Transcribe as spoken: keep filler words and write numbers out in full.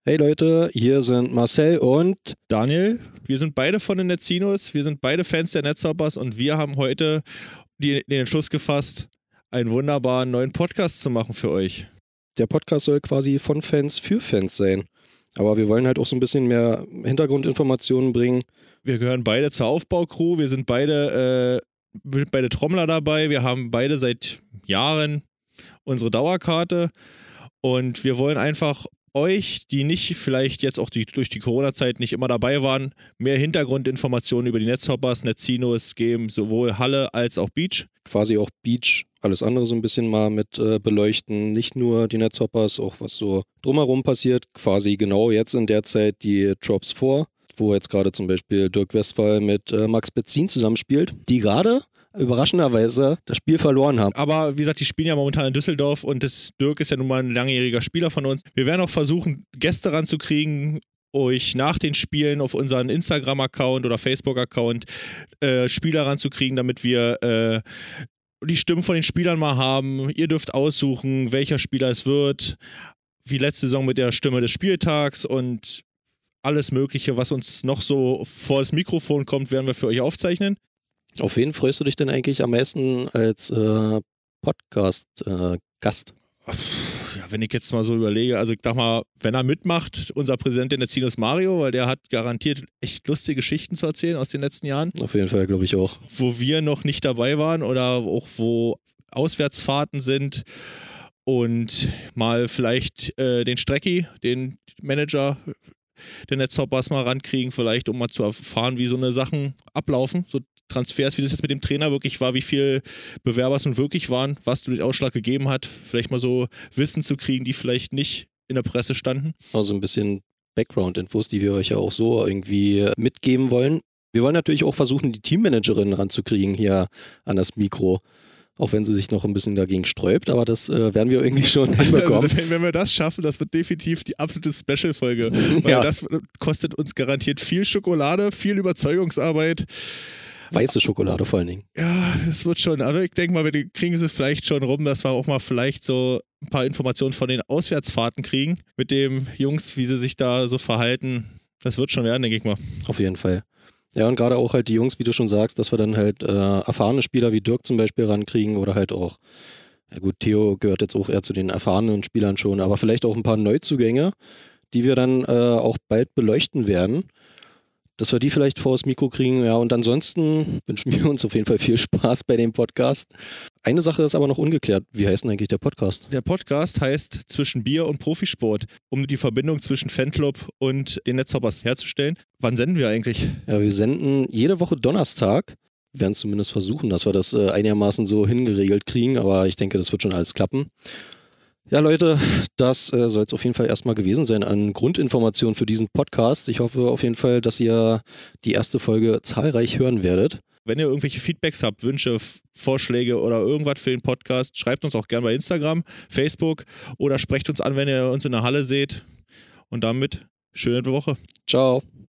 Hey Leute, hier sind Marcel und Daniel. Wir sind beide von den Netzinos, wir sind beide Fans der Netzhoppers und wir haben heute die, den Entschluss gefasst, einen wunderbaren neuen Podcast zu machen für euch. Der Podcast soll quasi von Fans für Fans sein. Aber wir wollen halt auch so ein bisschen mehr Hintergrundinformationen bringen. Wir gehören beide zur Aufbaucrew, wir sind beide, äh, beide Trommler dabei, wir haben beide seit Jahren unsere Dauerkarte und wir wollen einfach euch, die nicht vielleicht jetzt auch die, durch die Corona-Zeit nicht immer dabei waren, mehr Hintergrundinformationen über die Netzhoppers, Netzinos geben, sowohl Halle als auch Beach. Quasi auch Beach, alles andere so ein bisschen mal mit äh, beleuchten. Nicht nur die Netzhoppers, auch was so drumherum passiert. Quasi genau jetzt in der Zeit die Drops vor, wo jetzt gerade zum Beispiel Dirk Westphal mit äh, Max Betzin zusammenspielt, die gerade überraschenderweise das Spiel verloren haben. Aber wie gesagt, die spielen ja momentan in Düsseldorf und das Dirk ist ja nun mal ein langjähriger Spieler von uns. Wir werden auch versuchen, Gäste ranzukriegen, euch nach den Spielen auf unseren Instagram-Account oder Facebook-Account äh, Spieler ranzukriegen, damit wir äh, die Stimmen von den Spielern mal haben. Ihr dürft aussuchen, welcher Spieler es wird, wie letzte Saison mit der Stimme des Spieltags und alles Mögliche, was uns noch so vor das Mikrofon kommt, werden wir für euch aufzeichnen. Auf wen freust du dich denn eigentlich am meisten als äh, Podcast-Gast? Äh, ja, wenn ich jetzt mal so überlege, also ich sag mal, wenn er mitmacht, unser Präsident der Netzinos Mario, weil der hat garantiert echt lustige Geschichten zu erzählen aus den letzten Jahren. Auf jeden Fall, glaube ich auch. Wo wir noch nicht dabei waren oder auch wo Auswärtsfahrten sind und mal vielleicht äh, den Strecki, den Manager der Netzhoppers mal rankriegen, vielleicht um mal zu erfahren, wie so eine Sachen ablaufen, so Transfers, wie das jetzt mit dem Trainer wirklich war, wie viele Bewerber es nun wirklich waren, was den Ausschlag gegeben hat, vielleicht mal so Wissen zu kriegen, die vielleicht nicht in der Presse standen. Also ein bisschen Background-Infos, die wir euch ja auch so irgendwie mitgeben wollen. Wir wollen natürlich auch versuchen, die Teammanagerin ranzukriegen hier an das Mikro. Auch wenn sie sich noch ein bisschen dagegen sträubt, aber das äh, werden wir irgendwie schon hinbekommen. Also, wenn wir das schaffen, das wird definitiv die absolute Special-Folge. Weil ja. Das kostet uns garantiert viel Schokolade, viel Überzeugungsarbeit. Weiße Schokolade vor allen Dingen. Ja, das wird schon. Aber ich denke mal, wir kriegen sie vielleicht schon rum, dass wir auch mal vielleicht so ein paar Informationen von den Auswärtsfahrten kriegen. Mit den Jungs, wie sie sich da so verhalten. Das wird schon werden, denke ich mal. Auf jeden Fall. Ja, und gerade auch halt die Jungs, wie du schon sagst, dass wir dann halt äh, erfahrene Spieler wie Dirk zum Beispiel rankriegen oder halt auch, ja gut, Theo gehört jetzt auch eher zu den erfahrenen Spielern schon, aber vielleicht auch ein paar Neuzugänge, die wir dann äh, auch bald beleuchten werden, dass wir die vielleicht vor das Mikro kriegen. Ja, und ansonsten wünschen wir uns auf jeden Fall viel Spaß bei dem Podcast. Eine Sache ist aber noch ungeklärt. Wie heißt denn eigentlich der Podcast? Der Podcast heißt Zwischen Bier und Profisport, um die Verbindung zwischen Fanclub und den Netzhoppers herzustellen. Wann senden wir eigentlich? Ja, wir senden jede Woche Donnerstag. Wir werden zumindest versuchen, dass wir das äh, einigermaßen so hingeregelt kriegen, aber ich denke, das wird schon alles klappen. Ja, Leute, das äh, soll es auf jeden Fall erstmal gewesen sein an Grundinformationen für diesen Podcast. Ich hoffe auf jeden Fall, dass ihr die erste Folge zahlreich hören werdet. Wenn ihr irgendwelche Feedbacks habt, Wünsche, Vorschläge oder irgendwas für den Podcast, schreibt uns auch gerne bei Instagram, Facebook oder sprecht uns an, wenn ihr uns in der Halle seht. Und damit schöne Woche. Ciao.